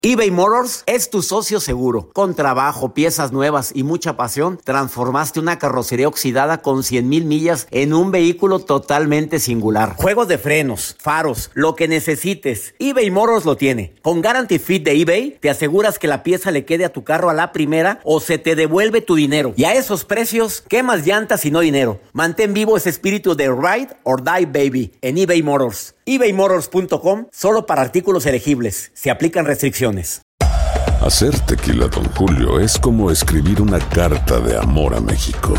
eBay Motors es tu socio seguro. Con trabajo, piezas nuevas y mucha pasión, transformaste una carrocería oxidada con 100,000 millas en un vehículo totalmente singular. Juegos de frenos, faros, lo que necesites, eBay Motors lo tiene. Con Guarantee Fit de eBay, te aseguras que la pieza le quede a tu carro a la primera o se te devuelve tu dinero. Y a esos precios, ¿qué más llantas y no dinero? Mantén vivo ese espíritu de Ride or Die Baby en eBay Motors. ebaymotors.com, solo para artículos elegibles. Se aplican restricciones. Hacer tequila Don Julio es como escribir una carta de amor a México.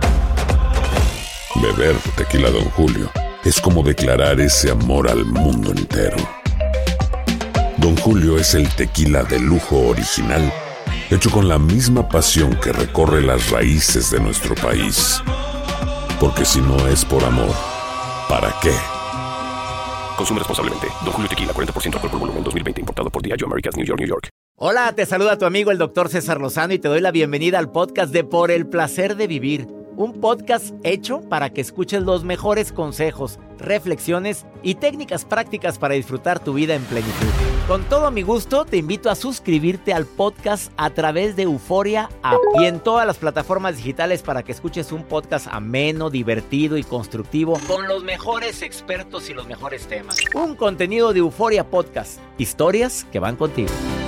Beber tequila Don Julio es como declarar ese amor al mundo entero. Don Julio es el tequila de lujo original, hecho con la misma pasión que recorre las raíces de nuestro país. Porque si no es por amor, ¿para qué? Consume responsablemente. Don Julio Tequila, 40% alcohol por volumen, 2020. Importado por Diageo Americas, New York, New York. Hola, te saluda tu amigo el Dr. César Lozano y te doy la bienvenida al podcast de Por el Placer de Vivir. Un podcast hecho para que escuches los mejores consejos, reflexiones y técnicas prácticas para disfrutar tu vida en plenitud. Con todo mi gusto, te invito a suscribirte al podcast a través de Euforia App y en todas las plataformas digitales para que escuches un podcast ameno, divertido y constructivo con los mejores expertos y los mejores temas. Un contenido de Euforia Podcast. Historias que van contigo.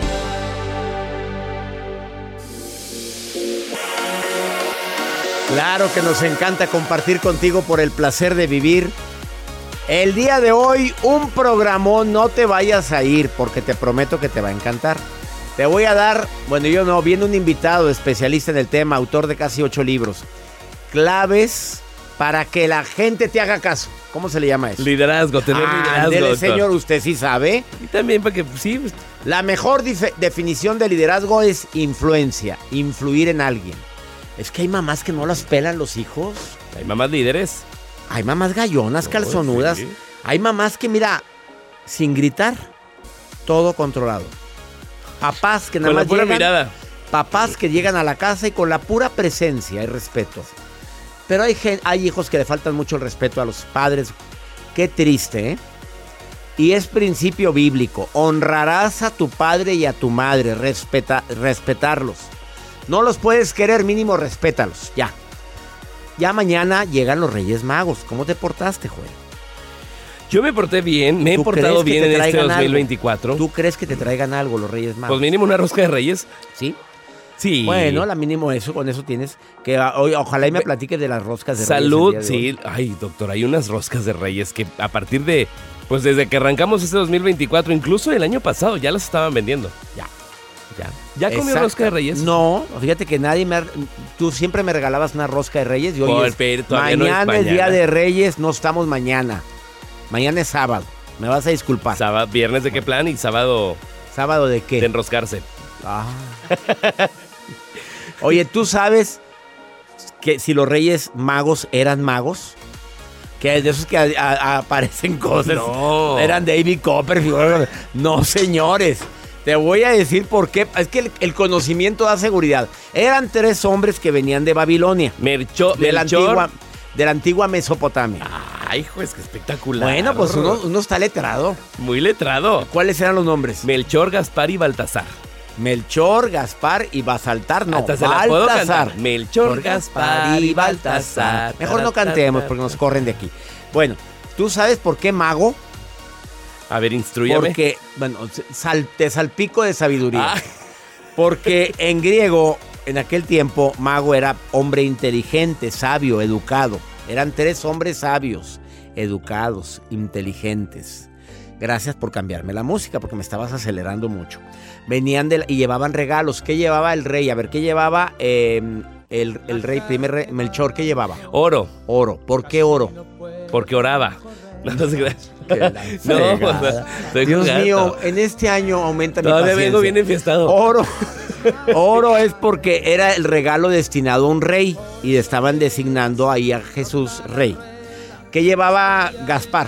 Claro que nos encanta compartir contigo por el placer de vivir. El día de hoy, un programón, no te vayas a ir porque te prometo que te va a encantar. Te voy a dar, viene un invitado especialista en el tema, autor de casi 8 libros. Claves para que la gente te haga caso. ¿Cómo se le llama eso? Liderazgo, tener liderazgo. Ándele, señor, usted sí sabe. Y también para que, sí. La mejor definición de liderazgo es influencia, influir en alguien. Es que hay mamás que no las pelan los hijos. Hay mamás líderes. Hay mamás gallonas, calzonudas. Sí. Hay mamás que, mira, sin gritar, todo controlado. Papás que nada más con la pura llegan, mirada. Papás que llegan a la casa y con la pura presencia y respeto. Pero hay hijos que le faltan mucho el respeto a los padres. Qué triste, ¿eh? Y es principio bíblico. Honrarás a tu padre y a tu madre. Respetarlos. No los puedes querer, mínimo respétalos, ya. Ya mañana llegan los Reyes Magos. ¿Cómo te portaste, Joel? Yo me porté bien, me he portado bien en este 2024. Algo? ¿Tú crees que te traigan algo los Reyes Magos? Pues mínimo una rosca de Reyes. ¿Sí? Sí. Bueno, la mínimo eso, con eso tienes que ojalá y me platiques de las roscas de Salud, Reyes. Salud, sí. Ay, doctor, hay unas roscas de Reyes que a partir de, pues desde que arrancamos este 2024, incluso el año pasado, ya las estaban vendiendo. ¿Ya comió rosca de Reyes? No, fíjate que tú siempre me regalabas una rosca de Reyes y hoy mañana es día de Reyes, no estamos mañana. Mañana es sábado, me vas a disculpar. ¿Viernes de qué plan y sábado? ¿Sábado de qué? De enroscarse. Oye, ¿tú sabes que si los Reyes Magos eran magos? Que de esos que aparecen cosas. No. Eran David Copperfield. No, señores. Te voy a decir por qué. Es que el conocimiento da seguridad. Eran 3 hombres que venían de Babilonia. De la antigua Mesopotamia. Ay, hijo, es que espectacular. Bueno, pues uno está letrado. Muy letrado. ¿Cuáles eran los nombres? Melchor, Gaspar y Baltasar. Melchor, Gaspar y Baltasar. No, hasta se la puedo cantar. Melchor, Gaspar y Baltasar. Mejor no cantemos porque nos corren de aquí. Bueno, ¿tú sabes por qué mago? A ver, instrúyame. Porque, te salpico de sabiduría. Porque en griego, en aquel tiempo, mago era hombre inteligente, sabio, educado. Eran 3 hombres sabios, educados, inteligentes. Gracias por cambiarme la música, porque me estabas acelerando mucho. Venían y llevaban regalos. ¿Qué llevaba el rey? A ver, ¿qué llevaba el rey, primer rey, Melchor? ¿Qué llevaba? Oro. Oro. ¿Por qué oro? Porque oraba. No se creas. No, pues, Dios mío, en este año aumenta mi paciencia. Todavía vengo bien enfiestado. Oro es porque era el regalo destinado a un rey y estaban designando ahí a Jesús rey. ¿Qué llevaba Gaspar?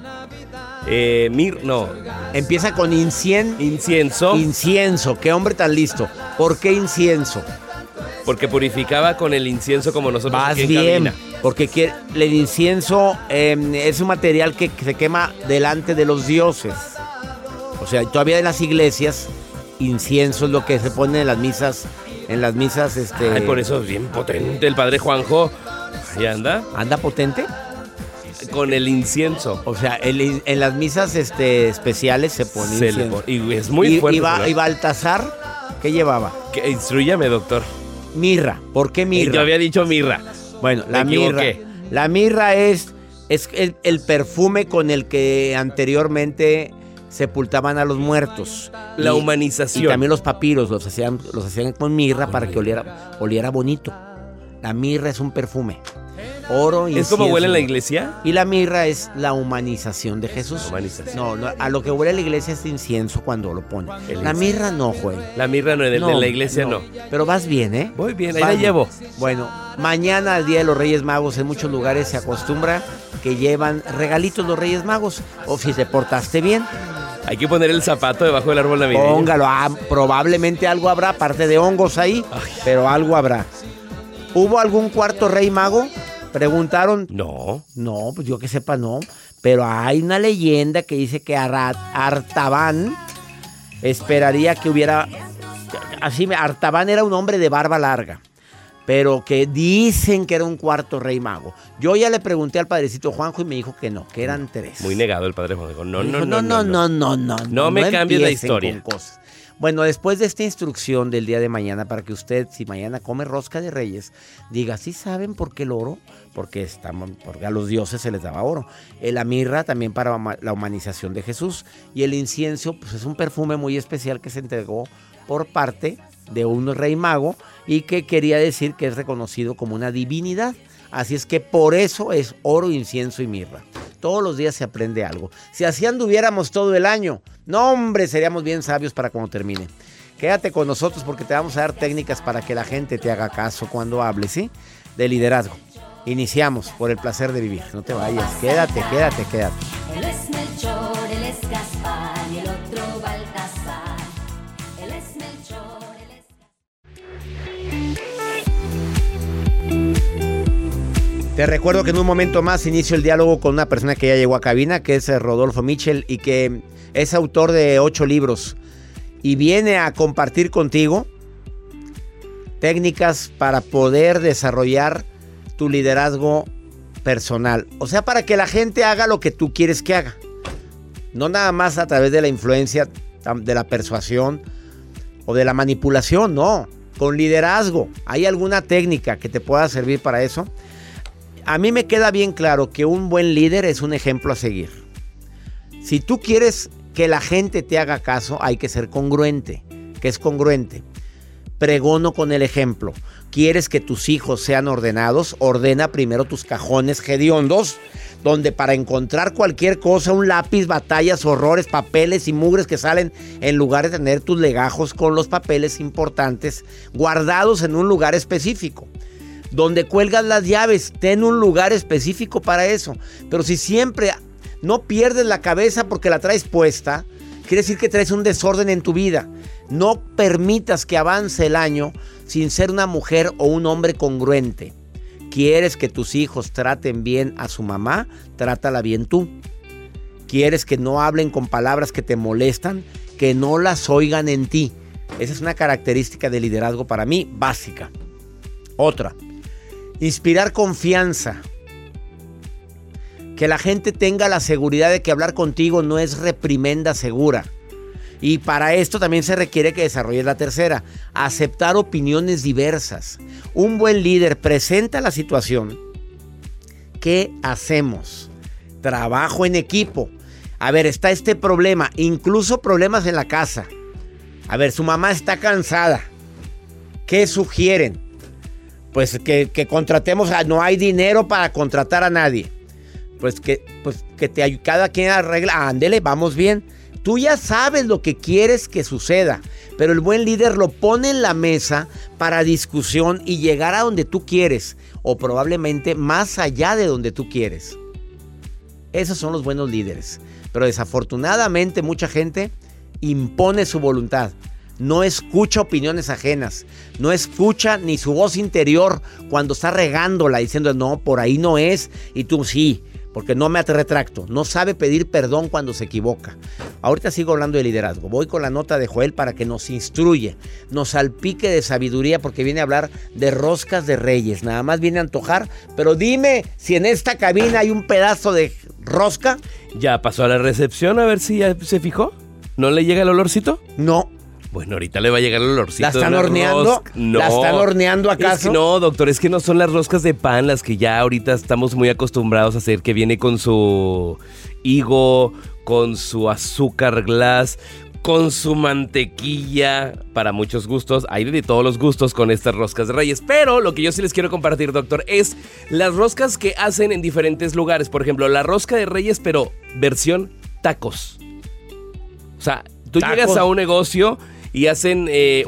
No. Empieza con incienso. Incienso, qué hombre tan listo. ¿Por qué incienso? Porque purificaba con el incienso como nosotros. Vas aquí en bien, cabina. Porque el incienso es un material que se quema delante de los dioses. O sea, todavía en las iglesias Incienso es lo que se pone en las misas. Ay, por eso es bien potente el padre Juanjo. Ahí anda. ¿Anda potente? Con el incienso. O sea, en las misas especiales se pone incienso. Y es muy fuerte. ¿Y Baltasar qué llevaba? Instrúyame, doctor. Mirra. ¿Por qué mirra? Yo había dicho mirra. Bueno, la mirra. La mirra es el perfume con el que anteriormente sepultaban a los muertos. La humanización. Y también los papiros los hacían con mirra para que oliera bonito. La mirra es un perfume. Oro y ¿Es como huele en la iglesia? Y la mirra es la humanización de Jesús. Humanización. No, a lo que huele la iglesia es incienso cuando lo pone. La mirra no, güey. La mirra no, en la iglesia no. Pero vas bien, ¿eh? Voy bien, ahí la llevo. Bueno, mañana, el Día de los Reyes Magos, en muchos lugares se acostumbra que llevan regalitos los Reyes Magos. O si te portaste bien. Hay que poner el zapato debajo del árbol navideño. Póngalo, probablemente algo habrá, aparte de hongos ahí, pero algo habrá. ¿Hubo algún cuarto rey mago? Preguntaron. No, pues yo que sepa no. Pero hay una leyenda que dice que Artaban esperaría que hubiera... Artaban era un hombre de barba larga, pero que dicen que era un cuarto rey mago. Yo ya le pregunté al padrecito Juanjo y me dijo que no, que eran 3. Muy negado el padre Juanjo. No. No me cambies la historia. Bueno, después de esta instrucción del día de mañana, para que usted, si mañana come rosca de reyes, diga, ¿sí saben por qué el oro? Porque a los dioses se les daba oro. La mirra también para la humanización de Jesús. Y el incienso, pues es un perfume muy especial que se entregó por parte de un rey mago y que quería decir que es reconocido como una divinidad. Así es que por eso es oro, incienso y mirra. Todos los días se aprende algo. Si así anduviéramos todo el año, no hombre, seríamos bien sabios para cuando termine. Quédate con nosotros porque te vamos a dar técnicas para que la gente te haga caso cuando hables, ¿sí? De liderazgo. Iniciamos por el placer de vivir. No te vayas, quédate. Él es Melchor, él es Gaspar y el otro Baltasar. Él es Melchor, él es... Te recuerdo que en un momento más inicio el diálogo con una persona que ya llegó a cabina, que es Rodolfo Mitchell, y que es autor de 8 libros. Y viene a compartir contigo técnicas para poder desarrollar tu liderazgo personal. O sea, para que la gente haga lo que tú quieres que haga. No nada más a través de la influencia, de la persuasión o de la manipulación, no. Con liderazgo. ¿Hay alguna técnica que te pueda servir para eso? A mí me queda bien claro que un buen líder es un ejemplo a seguir. Si tú quieres que la gente te haga caso, hay que ser congruente. ¿Qué es congruente? Pregono con el ejemplo. ¿Quieres que tus hijos sean ordenados? Ordena primero tus cajones hediondos, donde para encontrar cualquier cosa, un lápiz, batallas, horrores, papeles y mugres que salen, en lugar de tener tus legajos con los papeles importantes guardados en un lugar específico. Donde cuelgas las llaves, ten un lugar específico para eso. Pero si siempre no pierdes la cabeza porque la traes puesta, quiere decir que traes un desorden en tu vida. No permitas que avance el año sin ser una mujer o un hombre congruente. ¿Quieres que tus hijos traten bien a su mamá? Trátala bien tú. ¿Quieres que no hablen con palabras que te molestan? Que no las oigan en ti. Esa es una característica de liderazgo para mí básica. Otra, inspirar confianza. Que la gente tenga la seguridad de que hablar contigo no es reprimenda segura. Y para esto también se requiere que desarrolles la tercera, aceptar opiniones diversas. Un buen líder presenta la situación. ¿Qué hacemos? Trabajo en equipo. A ver, está este problema, incluso problemas en la casa. A ver, su mamá está cansada. ¿Qué sugieren? Pues que contratemos, no hay dinero para contratar a nadie. Pues que cada quien arregla, ándele, vamos bien. Tú ya sabes lo que quieres que suceda, pero el buen líder lo pone en la mesa para discusión y llegar a donde tú quieres, o probablemente más allá de donde tú quieres. Esos son los buenos líderes. Pero desafortunadamente mucha gente impone su voluntad. No escucha opiniones ajenas. No escucha ni su voz interior cuando está regándola, diciendo, no, por ahí no es. Y tú sí. porque no me retracto, no sabe pedir perdón cuando se equivoca. Ahorita sigo hablando de liderazgo. Voy con la nota de Joel para que nos instruya, nos salpique de sabiduría, porque viene a hablar de roscas de reyes. Nada más viene a antojar, pero dime si en esta cabina hay un pedazo de rosca. ¿Ya pasó a la recepción a ver si ya se fijó? ¿No le llega el olorcito? No. Bueno, ahorita le va a llegar el olorcito. ¿La están horneando? No. ¿La están horneando acaso? Es que no, doctor, es que no son las roscas de pan las que ya ahorita estamos muy acostumbrados a hacer, que viene con su higo, con su azúcar glass, con su mantequilla, para muchos gustos. Hay de todos los gustos con estas roscas de reyes. Pero lo que yo sí les quiero compartir, doctor, es las roscas que hacen en diferentes lugares. Por ejemplo, la rosca de reyes, pero versión tacos. O sea, tú llegas a un negocio y hacen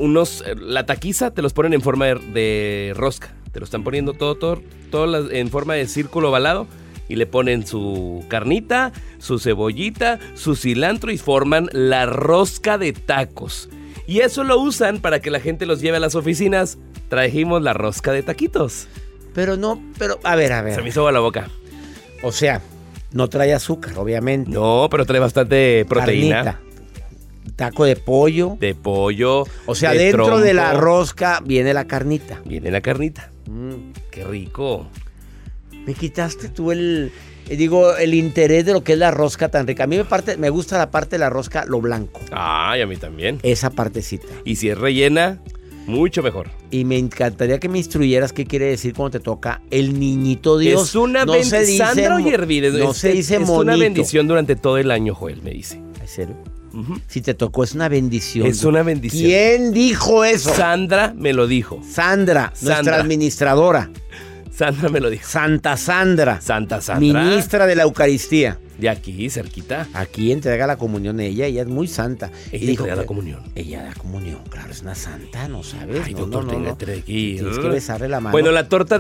la taquiza, te los ponen en forma de rosca. Te lo están poniendo todo en forma de círculo ovalado. Y le ponen su carnita, su cebollita, su cilantro y forman la rosca de tacos. Y eso lo usan para que la gente los lleve a las oficinas. Trajimos la rosca de taquitos. Pero a ver. Se me hizo agua la boca. O sea, no trae azúcar, obviamente. No, pero trae bastante proteína. Carnita. Taco de pollo. De pollo. O sea, de dentro trompo. de la rosca viene la carnita. Viene la carnita. Qué rico. Me quitaste tú el interés de lo que es la rosca tan rica. A mí me gusta la parte de la rosca, lo blanco. Ay, a mí también. Esa partecita. Y si es rellena, mucho mejor. Y me encantaría que me instruyeras qué quiere decir cuando te toca el niñito Dios. Es una bendición. Sandra Oyervides. No se dice monito. Es una bendición durante todo el año, Joel, me dice. ¿En serio? Si te tocó, es una bendición. Es una bendición. ¿Quién dijo eso? Sandra me lo dijo. Sandra, nuestra administradora. Sandra me lo dijo. Santa Sandra. Santa Sandra. Ministra de la Eucaristía. De aquí, cerquita. Aquí entrega la comunión ella es muy santa. Ella entrega la comunión. Ella da comunión, claro, es una santa, ¿no sabes? Ay, no, doctor, no. Tienes que besarle la mano. Bueno, la torta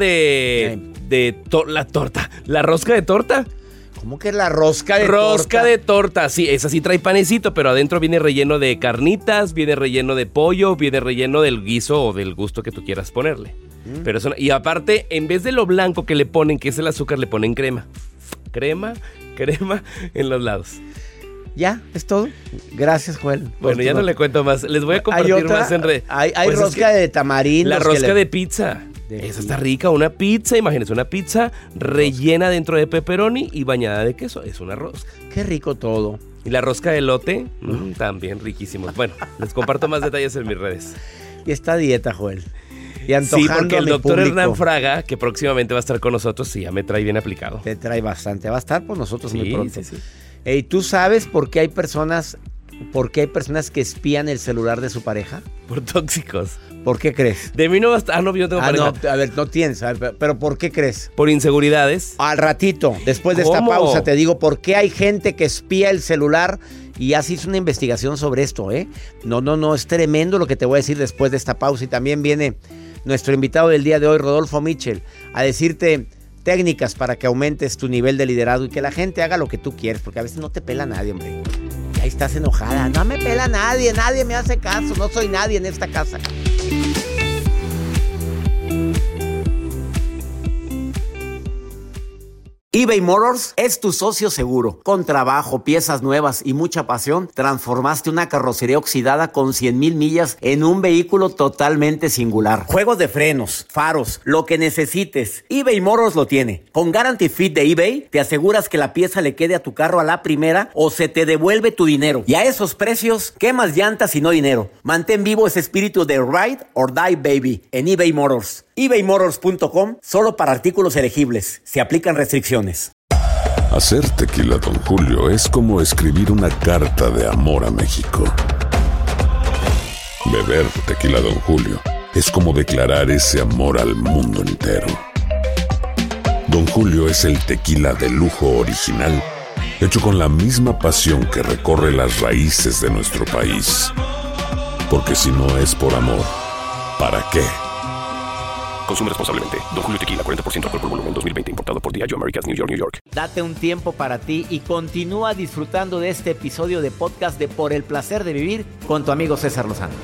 la rosca de torta. ¿Cómo que la rosca de torta? Rosca de torta, sí, esa sí trae panecito, pero adentro viene relleno de carnitas, viene relleno de pollo, viene relleno del guiso o del gusto que tú quieras ponerle. Pero y aparte, en vez de lo blanco que le ponen, que es el azúcar, le ponen crema. Crema en los lados. Ya, es todo. Gracias, Joel. Bueno, ya no le cuento más. Les voy a compartir más en red. Hay pues rosca de tamarindo. La rosca de pizza. Esa está rica. Una pizza, imagínense, una pizza rellena dentro de pepperoni y bañada de queso. Es una rosca. Qué rico todo. Y la rosca de elote, también riquísimo. Bueno, les comparto más detalles en mis redes. Y esta dieta, Joel. Y antojando sí, porque el doctor público. Hernán Fraga, que próximamente va a estar con nosotros, sí, ya me trae bien aplicado. Te trae bastante. Va a estar con nosotros muy pronto. Sí. ¿Y tú sabes por qué hay personas que espían el celular de su pareja? Por tóxicos. ¿Por qué crees? De mí no va a estar. No, yo no tengo pareja. No, a ver, no tienes. A ver, pero ¿por qué crees? Por inseguridades. Al ratito, después de esta pausa, te digo por qué hay gente que espía el celular. Y ya se hizo una investigación sobre esto, ¿eh? No, es tremendo lo que te voy a decir después de esta pausa. Y también viene nuestro invitado del día de hoy, Rodolfo Mitchell, a decirte técnicas para que aumentes tu nivel de liderazgo y que la gente haga lo que tú quieres, porque a veces no te pela nadie, hombre. Y ahí estás enojada. No me pela nadie me hace caso, no soy nadie en esta casa. eBay Motors es tu socio seguro. Con trabajo, piezas nuevas y mucha pasión, transformaste una carrocería oxidada con 100,000 millas en un vehículo totalmente singular. Juegos de frenos, faros, lo que necesites, eBay Motors lo tiene. Con Guarantee Fit de eBay, te aseguras que la pieza le quede a tu carro a la primera o se te devuelve tu dinero. Y a esos precios, ¿qué más llantas y no dinero? Mantén vivo ese espíritu de Ride or Die Baby en eBay Motors. ebaymotors.com, solo para artículos elegibles. Se aplican restricciones. Hacer tequila Don Julio es como escribir una carta de amor a México. Beber tequila Don Julio es como declarar ese amor al mundo entero. Don Julio es el tequila de lujo original, hecho con la misma pasión que recorre las raíces de nuestro país. Porque si no es por amor, ¿para qué? Consume responsablemente. Don Julio Tequila, 40% alcohol por volumen, 2020. Importado por Diageo Americas, New York, New York. Date un tiempo para ti y continúa disfrutando de este episodio de podcast de Por el Placer de Vivir con tu amigo César Lozano.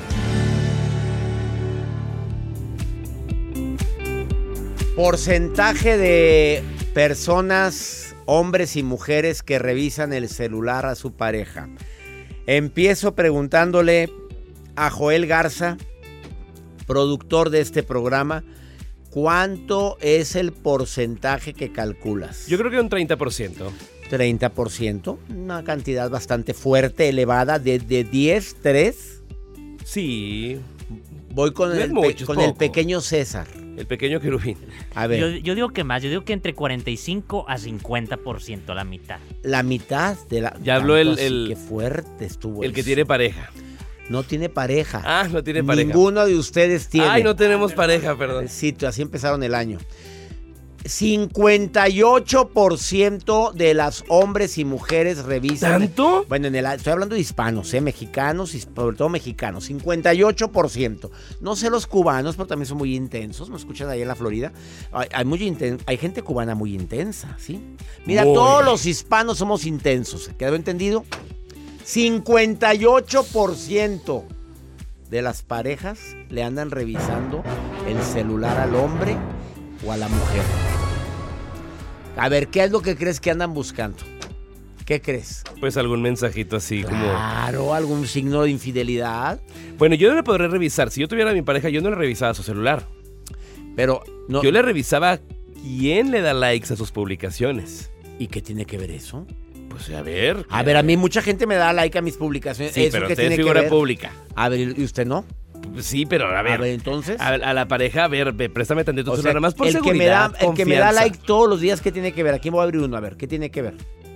Porcentaje de personas hombres y mujeres que revisan el celular a su pareja. Empiezo preguntándole a Joel Garza, productor de este programa, ¿cuánto es el porcentaje que calculas? Yo creo que un 30%. 30%, una cantidad bastante fuerte, elevada, de 10, 3. Sí. Voy con, No es mucho, es con el poco. pequeño César. El pequeño querubín. A ver, Yo digo que más, yo digo que entre 45 a 50%, la mitad. la mitad de la... Ya habló tanto así, el- qué fuerte estuvo El que eso. tiene pareja. No tiene pareja. Ah, no tiene pareja. Ninguno de ustedes tiene. Ay, no tenemos pareja, perdón. Sí, así empezaron el año. 58% de las hombres y mujeres revisan. ¿Tanto? Bueno, estoy hablando de hispanos, mexicanos y sobre todo mexicanos. 58%. No sé los cubanos, pero también son muy intensos. ¿Me escuchan ahí en la Florida? Hay gente cubana muy intensa, ¿sí? Mira, Muy. todos los hispanos somos intensos. ¿Quedó entendido? 58% de las parejas le andan revisando el celular al hombre o a la mujer. A ver, ¿qué es lo que crees que andan buscando? ¿Qué crees? Pues algún mensajito así como... Claro, algún signo de infidelidad. Bueno, yo no le podré revisar. Si yo tuviera a mi pareja, yo no le revisaba su celular. Pero no. Yo le revisaba quién le da likes a sus publicaciones. ¿Y qué tiene que ver eso? Pues a ver. A ver, a mí mucha gente me da like a mis publicaciones. Sí, ¿Eso pero qué usted es tiene que figura ver? pública. A ver, ¿y usted no? Sí, pero a ver. Entonces. A la pareja, a ver, préstame tantito O tu sea, celular, más por el seguridad, que me da confianza. like todos los días, ¿qué tiene que ver? Aquí voy a abrir uno, a ver, ¿qué tiene que ver?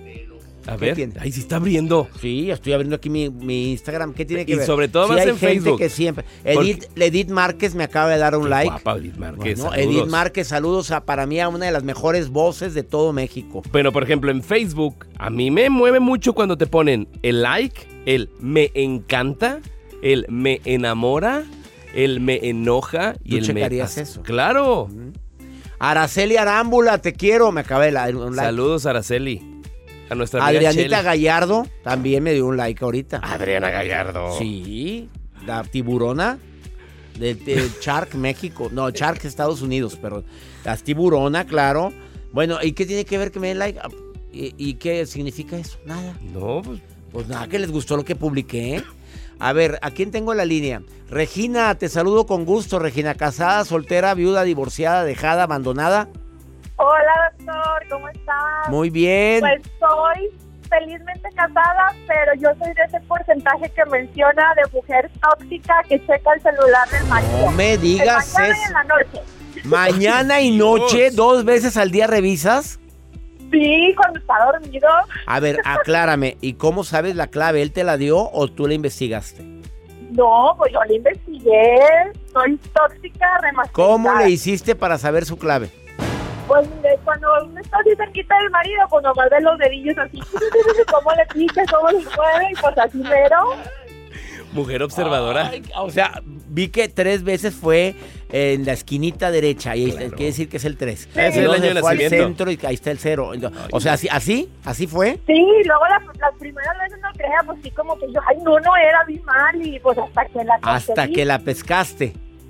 A ¿qué ver, tiene? ahí sí está abriendo. Sí, estoy abriendo aquí mi Instagram. ¿Qué tiene que Y ver? sobre todo Sí, más hay en gente Facebook. que siempre. Edith Márquez me acaba de dar un Qué like. guapa, Edith Márquez, Bueno, saludos. Edith Márquez, saludos para mí a una de las mejores voces de todo México. Bueno, por ejemplo, en Facebook, a mí me mueve mucho cuando te ponen el like, el me encanta, el me enamora, el me enoja y ¿Tú el checarías me... eso? Claro. Araceli Arámbula, te quiero, me acaba de dar un like. Saludos, Araceli. A nuestra amiga Adrianita Cheli. Gallardo también me dio un like ahorita. Adriana Gallardo. Sí, la tiburona de Shark México. No, Shark Estados Unidos, perdón. La tiburona, claro. Bueno, ¿y qué tiene que ver que me den like? ¿Y qué significa eso? Nada. No, pues... Pues nada, que les gustó lo que publiqué. A ver, ¿a quién tengo en la línea? Regina, te saludo con gusto. Regina, casada, soltera, viuda, divorciada, dejada, abandonada. Hola, doctor, ¿cómo estás? Muy bien. Pues soy felizmente casada, pero yo soy de ese porcentaje que menciona de mujer tóxica que checa el celular del marido. No me digas En mañana y eso. en la noche. Mañana y noche, Dios. 2 veces al día revisas. Sí, cuando está dormido. A ver, aclárame, ¿y cómo sabes la clave? ¿Él te la dio o tú la investigaste? No, pues yo la investigué. Soy tóxica, remasterizada. ¿Cómo le hiciste para saber su clave? Pues mire, cuando uno está así cerquita del marido, pues nomás ve los dedillos así. Cómo le pica, cómo le mueve, y pues así mero. Mujer observadora. Ay, o sea, vi que 3 veces fue en la esquinita derecha y ahí Claro. quiere decir que es el 3. Ese es el año de fue al nacimiento. centro y ahí está el 0. O sea, así fue. Sí, luego las primeras veces no crea, pues sí, como que yo, ay, no era, vi mal, y pues hasta que la Hasta conseguí. que la pescaste.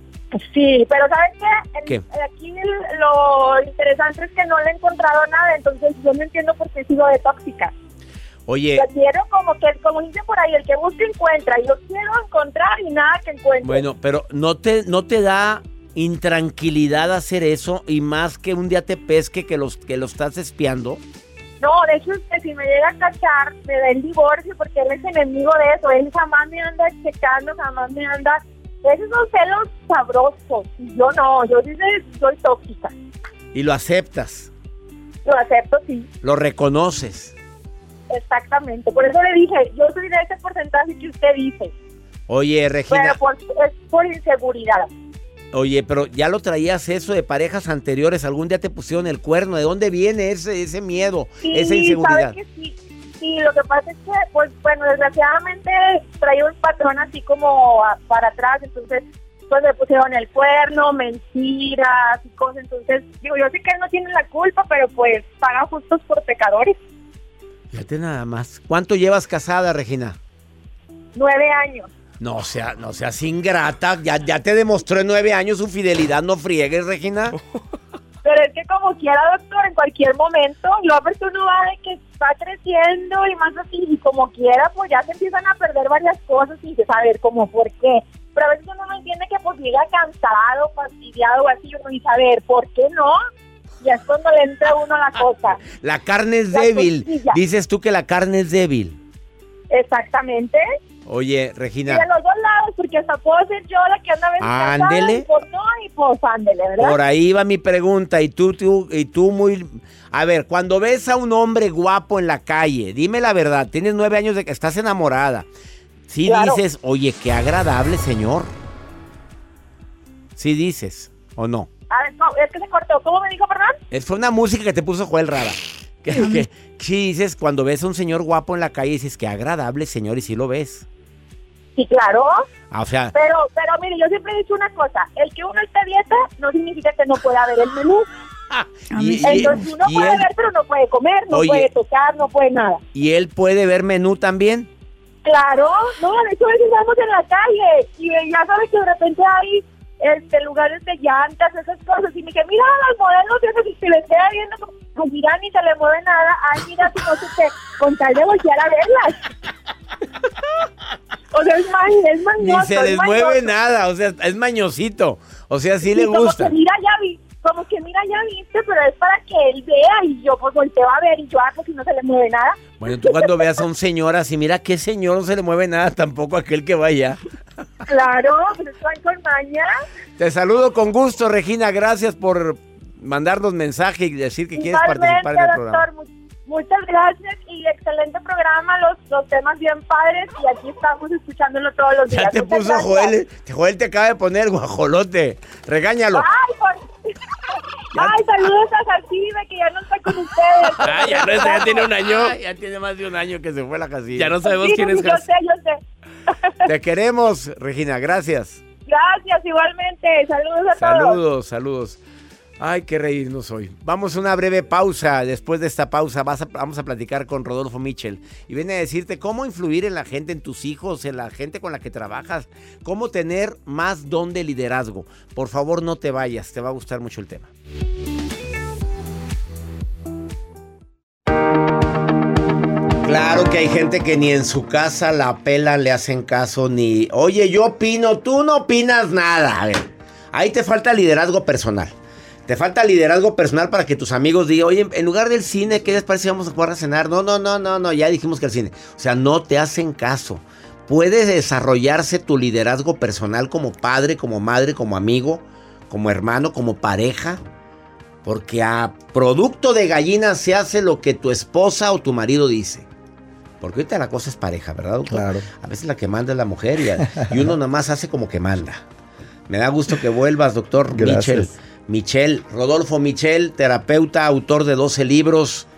Sí, pero ¿sabes qué? ¿Qué? Aquí lo interesante es que no le he encontrado nada, entonces yo no entiendo por qué sigo de tóxica. Oye, Yo quiero como dice por ahí, el que busca encuentra, y yo quiero encontrar y nada que encuentre. bueno, pero ¿no te da intranquilidad hacer eso y más que un día te pesque que lo estás espiando? No, de hecho, que si me llega a cachar, me da el divorcio, porque él es enemigo de eso, él jamás me anda checando, jamás me anda... Esos son celos sabrosos, y yo no, yo sí soy tóxica. Y lo aceptas, Lo acepto, sí. lo reconoces. Exactamente, por eso le dije, yo soy de ese porcentaje que usted dice, Oye, Regina, pero es por inseguridad. oye, pero ya lo traías eso de parejas anteriores, algún día te pusieron el cuerno, ¿de dónde viene ese miedo, Sí, esa inseguridad? ¿sabe que sí, lo que pasa es que, pues, bueno, desgraciadamente traía un patrón así como para atrás, entonces, pues me pusieron el cuerno, mentiras y cosas, entonces, digo, yo sé que él no tiene la culpa, pero pues paga justos por pecadores. Fíjate nada más. ¿Cuánto llevas casada, Regina? 9 años. No seas ingrata, ya te demostró en 9 años su fidelidad, no friegues, Regina. Pero es que como quiera, doctor, en cualquier momento, la persona va de que está creciendo y más así, y como quiera, pues ya se empiezan a perder varias cosas y de saber como por qué. Pero a veces uno no entiende que pues llega cansado, fastidiado o así, uno dice, a ver, ¿por qué no? Y es cuando le entra a uno la cosa. La carne es La débil. costilla. Dices tú que la carne es débil. Exactamente. Oye, Y Regina, de los dos lados, porque hasta puedo ser yo la que anda ventada, Ándele. y pues no, y pues ándele, ¿verdad? por ahí va mi pregunta. Y tú muy... A ver, cuando ves a un hombre guapo en la calle, dime la verdad, tienes 9 años de que estás enamorada. Sí Claro. dices, oye, qué agradable, señor. Sí dices, ¿o no? A ver, no, es que se cortó. ¿Cómo me dijo, perdón? Fue una música que te puso Joel rara. Que sí dices, cuando ves a un señor guapo en la calle, dices, qué agradable, señor, y sí lo ves. Sí, claro. Ah, o sea, Pero mire, yo siempre he dicho una cosa. El que uno esté a dieta no significa que no pueda ver el menú. Entonces uno puede él, ver, pero no puede comer, no Oye. puede tocar, no puede nada. ¿y él puede ver menú también? Claro, no, de hecho a veces vamos en la calle y ya sabes que de repente hay lugares de llantas, esas cosas, y me dije, mira los modelos de esos, y se les queda viendo como, pues mira, ni se le mueve nada, ay mira, si no sé qué, con tal de voltear a verlas. O sea, es mañoso. Ni se les mueve nada, o sea, es mañosito. O sea, sí le como gusta. que mira, ya viste, pero es para que él vea, y yo pues volteo a ver, y yo pues si no se le mueve nada. Bueno, tú cuando veas a un señor así, mira qué señor, no se le mueve nada tampoco a aquel que vaya. Claro, pues están con maña. Te saludo con gusto, Regina. Gracias por mandarnos mensaje y decir que quieres participar en el programa. Doctor, muchas gracias y excelente programa, los temas bien padres, y aquí estamos escuchándolo todos los días. Ya te Muchas puso gracias. Joel. Joel te acaba de poner guajolote. Regáñalo. Ay, saludos a Jacibe, que ya no está con ustedes. Ah, ya tiene un año. Ya tiene más de un año que se fue la casilla. Ya no sabemos Sí, quién es yo Jas. sé, yo sé. Te queremos, Regina. Gracias. Gracias, igualmente. Saludos a todos. Saludos. Ay, qué reírnos hoy. Vamos a una breve pausa. Después de esta pausa vamos a platicar con Rodolfo Mitchell. Y viene a decirte cómo influir en la gente, en tus hijos, en la gente con la que trabajas. Cómo tener más don de liderazgo. Por favor, no te vayas. Te va a gustar mucho el tema. Claro que hay gente que ni en su casa la pelan, le hacen caso, ni... Oye, yo opino, tú no opinas nada. A ver, ahí te falta liderazgo personal. Te falta liderazgo personal para que tus amigos digan, oye, en lugar del cine, ¿qué les parece si vamos a jugar a cenar? No, ya dijimos que el cine. O sea, no te hacen caso. Puede desarrollarse tu liderazgo personal como padre, como madre, como amigo, como hermano, como pareja. Porque a producto de gallina se hace lo que tu esposa o tu marido dice. Porque ahorita la cosa es pareja, ¿verdad, doctor? Claro. A veces la que manda es la mujer y uno nada más hace como que manda. Me da gusto que vuelvas, doctor Mitchell. Rodolfo Mitchell, terapeuta, autor de 12 libros,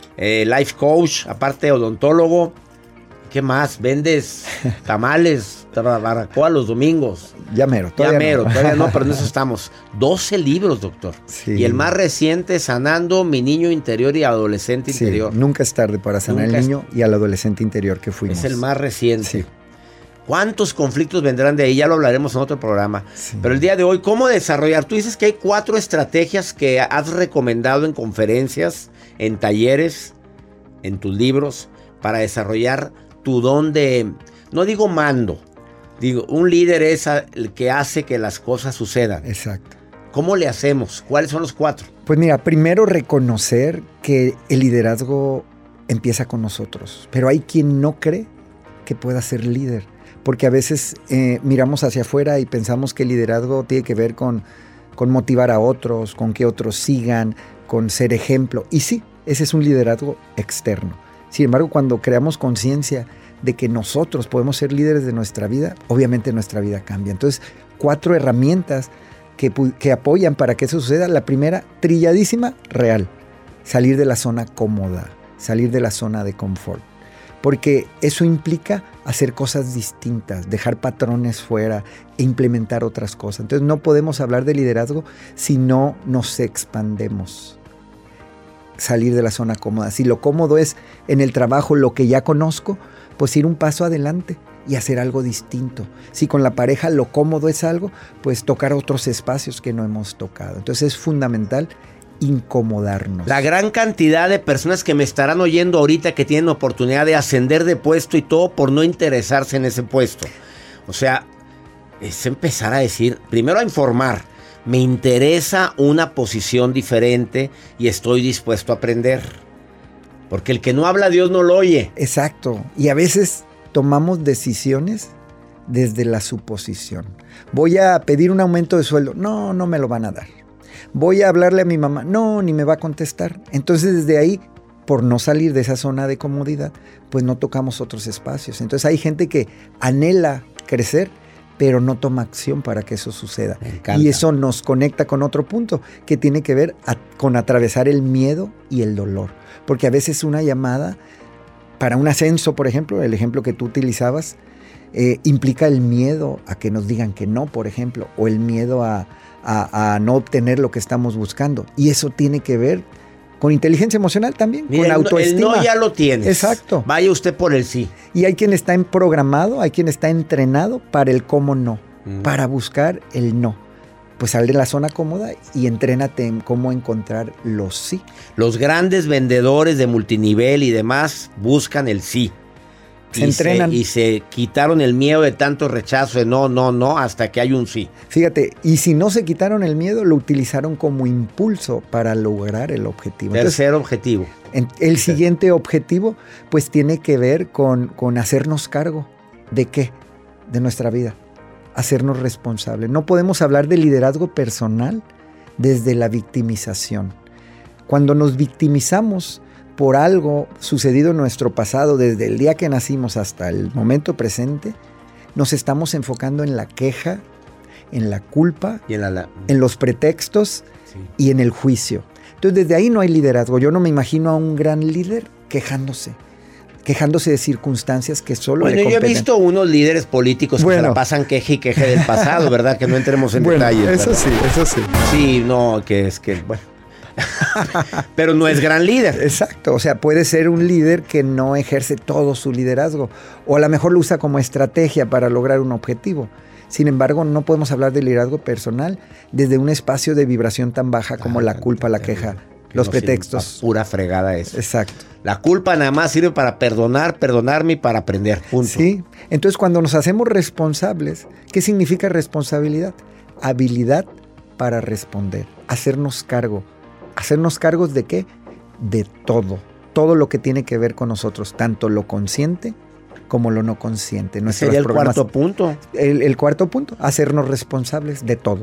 life coach, aparte odontólogo. ¿Qué más? ¿Vendes tamales, barbacoa los domingos? Ya mero, todavía no, pero en eso estamos. 12 libros, doctor. Sí. Y el más reciente, Sanando mi niño interior y adolescente Sí, interior. nunca es tarde para sanar Nunca al niño y al adolescente interior que fuimos. Es el más reciente. Sí. ¿Cuántos conflictos vendrán de ahí? Ya lo hablaremos en otro programa. Sí. Pero el día de hoy, ¿cómo desarrollar? Tú dices que hay 4 estrategias que has recomendado en conferencias, en talleres, en tus libros, para desarrollar tu don de, no digo mando, digo, un líder es el que hace que las cosas sucedan. Exacto. ¿Cómo le hacemos? ¿Cuáles son los 4? Pues mira, primero reconocer que el liderazgo empieza con nosotros, pero hay quien no cree que pueda ser líder, porque a veces miramos hacia afuera y pensamos que el liderazgo tiene que ver con motivar a otros, con que otros sigan, con ser ejemplo, y sí, ese es un liderazgo externo. Sin embargo, cuando creamos conciencia de que nosotros podemos ser líderes de nuestra vida, obviamente nuestra vida cambia. Entonces, 4 herramientas que apoyan para que eso suceda. La primera, trilladísima, real. Salir de la zona cómoda, salir de la zona de confort. Porque eso implica hacer cosas distintas, dejar patrones fuera e implementar otras cosas. Entonces, no podemos hablar de liderazgo si no nos expandemos. Salir de la zona cómoda. Si lo cómodo es en el trabajo lo que ya conozco, pues ir un paso adelante y hacer algo distinto. Si con la pareja lo cómodo es algo, pues tocar otros espacios que no hemos tocado. Entonces es fundamental incomodarnos. La gran cantidad de personas que me estarán oyendo ahorita que tienen oportunidad de ascender de puesto y todo por no interesarse en ese puesto. O sea, es empezar a decir, primero a informar, me interesa una posición diferente y estoy dispuesto a aprender. Porque el que no habla, Dios no lo oye. Exacto. Y a veces tomamos decisiones desde la suposición. Voy a pedir un aumento de sueldo. No, no me lo van a dar. Voy a hablarle a mi mamá. No, ni me va a contestar. Entonces desde ahí, por no salir de esa zona de comodidad, pues no tocamos otros espacios. Entonces hay gente que anhela crecer, pero no toma acción para que eso suceda. Y eso nos conecta con otro punto que tiene que ver con atravesar el miedo y el dolor. Porque a veces una llamada para un ascenso, por ejemplo, el ejemplo que tú utilizabas, implica el miedo a que nos digan que no, por ejemplo, o el miedo a no obtener lo que estamos buscando. Y eso tiene que ver con inteligencia emocional también, mira, con autoestima. El no ya lo tienes. Exacto. Vaya usted por el sí. Y hay quien está programado, hay quien está entrenado para el cómo no, para buscar el no. Pues sal de la zona cómoda y entrénate en cómo encontrar los sí. Los grandes vendedores de multinivel y demás buscan el sí. Se entrenan. Y se quitaron el miedo de tanto rechazo de no, hasta que hay un sí. Fíjate, y si no se quitaron el miedo, lo utilizaron como impulso para lograr el objetivo. Tercer objetivo. El siguiente objetivo, pues tiene que ver con hacernos cargo. ¿De qué? De nuestra vida. Hacernos responsables. No podemos hablar de liderazgo personal desde la victimización. Cuando nos victimizamos por algo sucedido en nuestro pasado, desde el día que nacimos hasta el momento presente, nos estamos enfocando en la queja, en la culpa, y en los pretextos, sí, y en el juicio. Entonces desde ahí no hay liderazgo. Yo no me imagino a un gran líder quejándose de circunstancias que solo le competen. Yo he visto unos líderes políticos que se la pasan queje y queje del pasado, ¿verdad? Que no entremos en detalles. Eso sí, eso sí. Sí, no, que es que, bueno. Pero no es gran líder. Exacto, o sea, puede ser un líder que no ejerce todo su liderazgo, o a lo mejor lo usa como estrategia para lograr un objetivo. Sin embargo, no podemos hablar de liderazgo personal desde un espacio de vibración tan baja como la culpa, la queja, los pretextos. Pura fregada eso. Exacto. La culpa nada más sirve para perdonarme y para aprender. Punto. Sí, entonces cuando nos hacemos responsables, ¿qué significa responsabilidad? Habilidad para responder, hacernos cargo. ¿Hacernos cargos de qué? De todo. Todo lo que tiene que ver con nosotros, tanto lo consciente como lo no consciente. ¿Sería el cuarto punto? El cuarto punto, hacernos responsables de todo.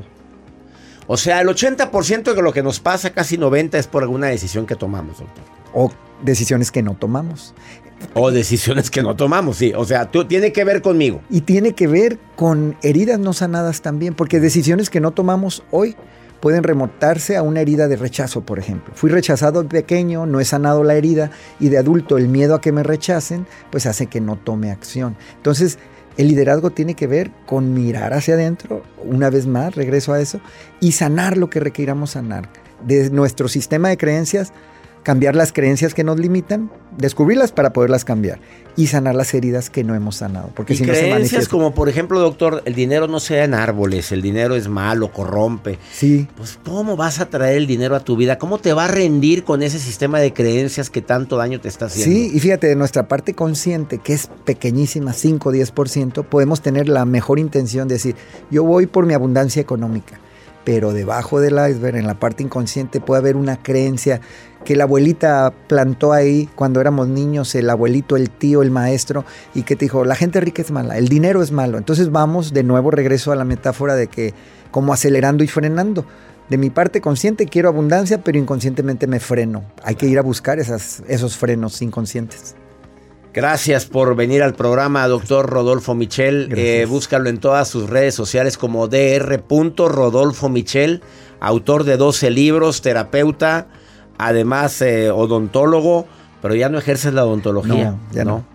O sea, el 80% de lo que nos pasa, casi 90%, es por alguna decisión que tomamos, doctor. O decisiones que no tomamos. O decisiones que no tomamos, sí. O sea, tiene que ver conmigo. Y tiene que ver con heridas no sanadas también, porque decisiones que no tomamos hoy pueden remontarse a una herida de rechazo, por ejemplo. Fui rechazado de pequeño, no he sanado la herida, y de adulto el miedo a que me rechacen, pues hace que no tome acción. Entonces, el liderazgo tiene que ver con mirar hacia adentro, una vez más, regreso a eso, y sanar lo que requiramos sanar. De nuestro sistema de creencias, cambiar las creencias que nos limitan, descubrirlas para poderlas cambiar y sanar las heridas que no hemos sanado. Porque y si creencias no se manifiesta. Como, por ejemplo, doctor, el dinero no se da en árboles, el dinero es malo, corrompe. Sí. Pues, ¿cómo vas a traer el dinero a tu vida? ¿Cómo te va a rendir con ese sistema de creencias que tanto daño te está haciendo? Sí, y fíjate, de nuestra parte consciente, que es pequeñísima, 5 o 10%, podemos tener la mejor intención de decir, yo voy por mi abundancia económica. Pero debajo del iceberg, en la parte inconsciente, puede haber una creencia que la abuelita plantó ahí cuando éramos niños, el abuelito, el tío, el maestro, y que te dijo, la gente rica es mala, el dinero es malo. Entonces vamos de nuevo, regreso a la metáfora de que como acelerando y frenando. De mi parte consciente quiero abundancia, pero inconscientemente me freno. Hay que ir a buscar esos frenos inconscientes. Gracias por venir al programa, doctor Rodolfo Michel. Búscalo en todas sus redes sociales como Dr. Rodolfo Michel, autor de 12 libros, terapeuta, además odontólogo, pero ya no ejerces la odontología. No, ya no.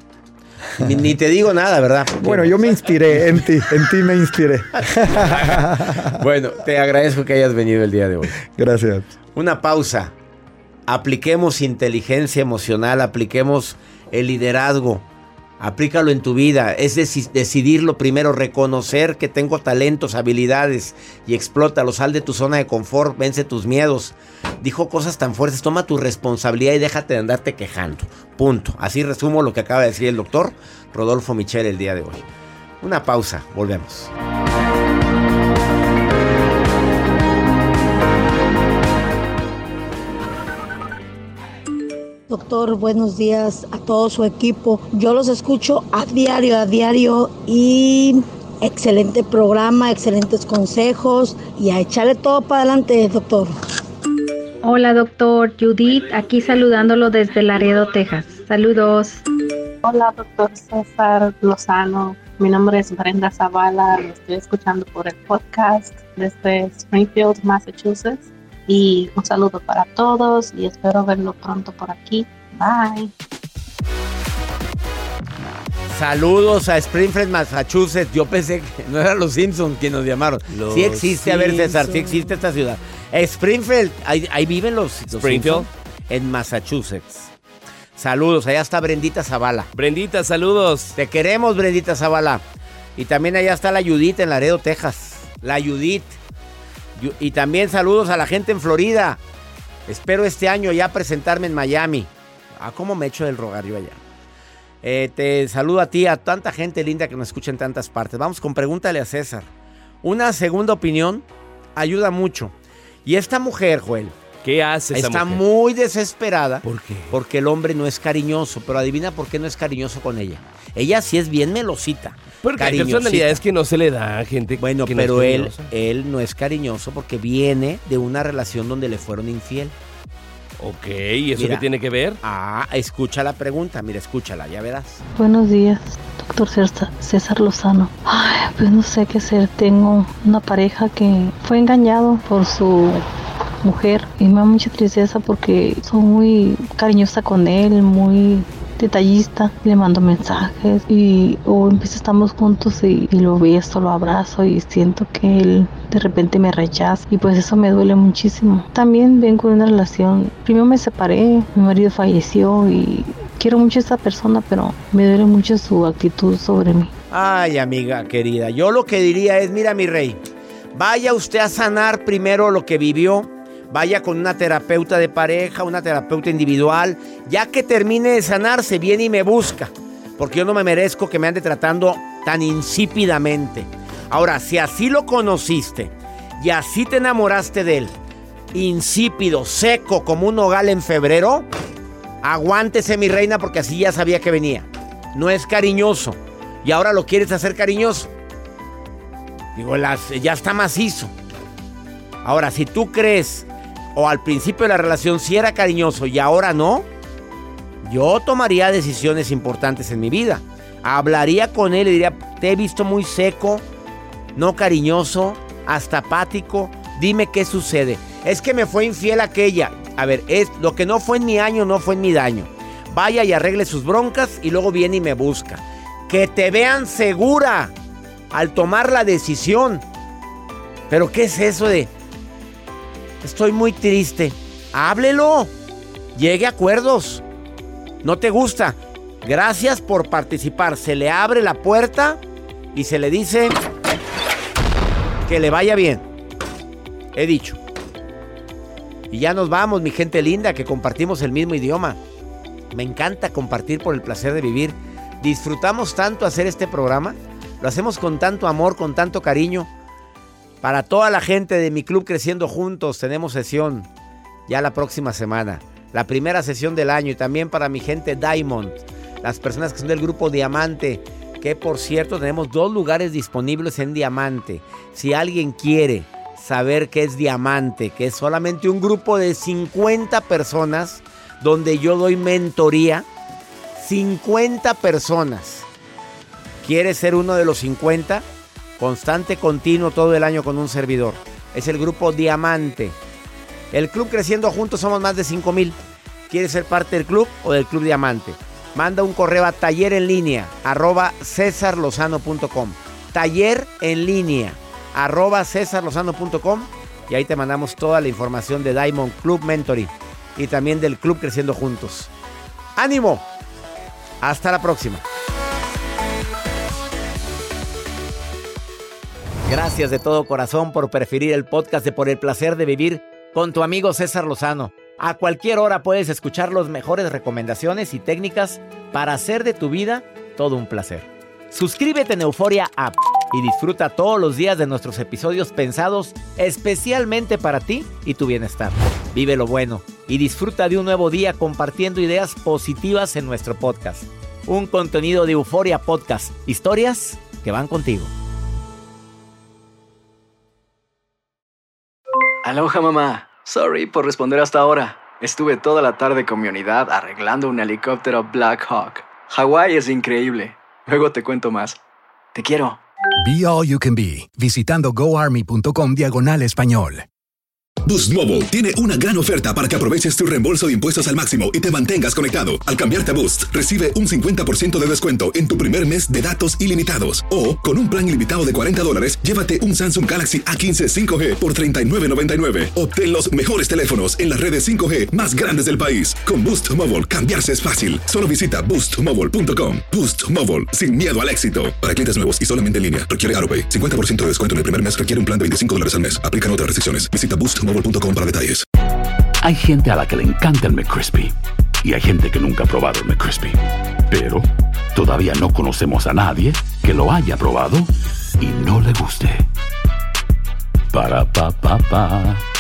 Ni te digo nada, ¿verdad? Porque... Bueno, yo me inspiré en ti me inspiré. Bueno, te agradezco que hayas venido el día de hoy. Gracias. Una pausa. Apliquemos inteligencia emocional, apliquemos el liderazgo, Aplícalo en tu vida. Es decidirlo primero, reconocer que tengo talentos, habilidades y explótalo. Sal de tu zona de confort, vence tus miedos. Dijo cosas tan fuertes. Toma tu responsabilidad y déjate de andarte quejando. Punto. Así resumo lo que acaba de decir el doctor Rodolfo Michel el día de hoy. Una pausa. Volvemos. Doctor, buenos días a todo su equipo. Yo los escucho a diario y excelente programa, excelentes consejos y a echarle todo para adelante, doctor. Hola, doctor. Judith, aquí saludándolo desde Laredo, Texas. Saludos. Hola, doctor César Lozano. Mi nombre es Brenda Zavala. Lo estoy escuchando por el podcast desde Springfield, Massachusetts. Y un saludo para todos y espero verlo pronto por aquí. Bye. Saludos a Springfield, Massachusetts. Yo pensé que no eran los Simpsons quienes nos llamaron. Sí existe, a ver, César, sí existe esta ciudad. Springfield, ahí viven los Springfield, en Massachusetts. Saludos, allá está Brendita Zavala. Brendita, saludos. Te queremos, Brendita Zavala. Y también allá está la Judith en Laredo, Texas. La Judith. Y también saludos a la gente en Florida. Espero este año ya presentarme en Miami. ¿Cómo me echo del rogar yo allá? Te saludo a ti, a tanta gente linda que nos escucha en tantas partes. Vamos con Pregúntale a César. Una segunda opinión ayuda mucho. Y esta mujer, Joel, ¿qué hace esa está mujer? muy desesperada. ¿Por qué? Porque el hombre no es cariñoso. Pero adivina por qué no es cariñoso con ella. Ella sí es bien melosita. Porque hay personalidades que no se le da a gente. Bueno, que pero no es él no es cariñoso porque viene de una relación donde le fueron infiel. Ok, ¿y eso Mira, qué tiene que ver? Escucha la pregunta, mira, escúchala, ya verás. Buenos días, doctor César Lozano. Ay, pues no sé qué hacer. Tengo una pareja que fue engañado por su mujer y me da mucha tristeza porque soy muy cariñosa con él, muy detallista, le mando mensajes y estamos juntos y lo beso, lo abrazo y siento que él de repente me rechaza y pues eso me duele muchísimo. También vengo de una relación, primero me separé, mi marido falleció y quiero mucho a esta persona, pero me duele mucho su actitud sobre mí. Ay, amiga querida, yo lo que diría es, mira mi rey, vaya usted a sanar primero lo que vivió. Vaya con una terapeuta de pareja, una terapeuta individual. Ya que termine de sanarse, viene y me busca. Porque yo no me merezco que me ande tratando tan insípidamente. Ahora, si así lo conociste y así te enamoraste de él, insípido, seco, como un nogal en febrero, aguántese, mi reina, porque así ya sabía que venía. No es cariñoso. Y ahora lo quieres hacer cariñoso. Digo, ya está macizo. Ahora, si tú crees, o al principio de la relación sí era cariñoso y ahora no, yo tomaría decisiones importantes en mi vida. Hablaría con él y diría, te he visto muy seco, no cariñoso, hasta apático. Dime qué sucede. Es que me fue infiel aquella. A ver, lo que no fue en mi año, no fue en mi daño. Vaya y arregle sus broncas y luego viene y me busca. Que te vean segura al tomar la decisión. Pero ¿qué es eso de... Estoy muy triste? Háblelo. Llegue a acuerdos. ¿No te gusta? Gracias por participar. Se le abre la puerta y se le dice que le vaya bien. He dicho. Y ya nos vamos, mi gente linda, que compartimos el mismo idioma. Me encanta compartir por el placer de vivir. Disfrutamos tanto hacer este programa. Lo hacemos con tanto amor, con tanto cariño. Para toda la gente de mi club Creciendo Juntos, tenemos sesión ya la próxima semana. La primera sesión del año. Y también para mi gente Diamond. Las personas que son del grupo Diamante. Que por cierto, tenemos 2 lugares disponibles en Diamante. Si alguien quiere saber qué es Diamante, que es solamente un grupo de 50 personas donde yo doy mentoría. 50 personas. ¿Quieres ser uno de los 50? Constante, continuo, todo el año con un servidor. Es el grupo Diamante. El club Creciendo Juntos somos más de 5,000. ¿Quieres ser parte del club o del club Diamante? Manda un correo a tallerenlinea@cesarlozano.com. Tallerenlinea@cesarlozano.com y ahí te mandamos toda la información de Diamond Club Mentoring y también del club Creciendo Juntos. ¡Ánimo! Hasta la próxima. Gracias de todo corazón por preferir el podcast de Por el Placer de Vivir con tu amigo César Lozano. A cualquier hora puedes escuchar las mejores recomendaciones y técnicas para hacer de tu vida todo un placer. Suscríbete en Euforia App y disfruta todos los días de nuestros episodios pensados especialmente para ti y tu bienestar. Vive lo bueno y disfruta de un nuevo día compartiendo ideas positivas en nuestro podcast. Un contenido de Euforia Podcast. Historias que van contigo. Aloha, mamá. Sorry por responder hasta ahora. Estuve toda la tarde con mi unidad arreglando un helicóptero Black Hawk. Hawái es increíble. Luego te cuento más. Te quiero. Be All You Can Be, visitando goarmy.com/español. Boost Mobile tiene una gran oferta para que aproveches tu reembolso de impuestos al máximo y te mantengas conectado. Al cambiarte a Boost, recibe un 50% de descuento en tu primer mes de datos ilimitados. O, con un plan ilimitado de $40, llévate un Samsung Galaxy A15 5G por $39.99. Obtén los mejores teléfonos en las redes 5G más grandes del país. Con Boost Mobile, cambiarse es fácil. Solo visita boostmobile.com. Boost Mobile, sin miedo al éxito. Para clientes nuevos y solamente en línea, requiere AutoPay. 50% de descuento en el primer mes requiere un plan de $25 al mes. Aplican otras restricciones. Visita boostmobile.com para detalles. Hay gente a la que le encanta el McCrispy y hay gente que nunca ha probado el McCrispy. Pero todavía no conocemos a nadie que lo haya probado y no le guste. Para pa pa pa.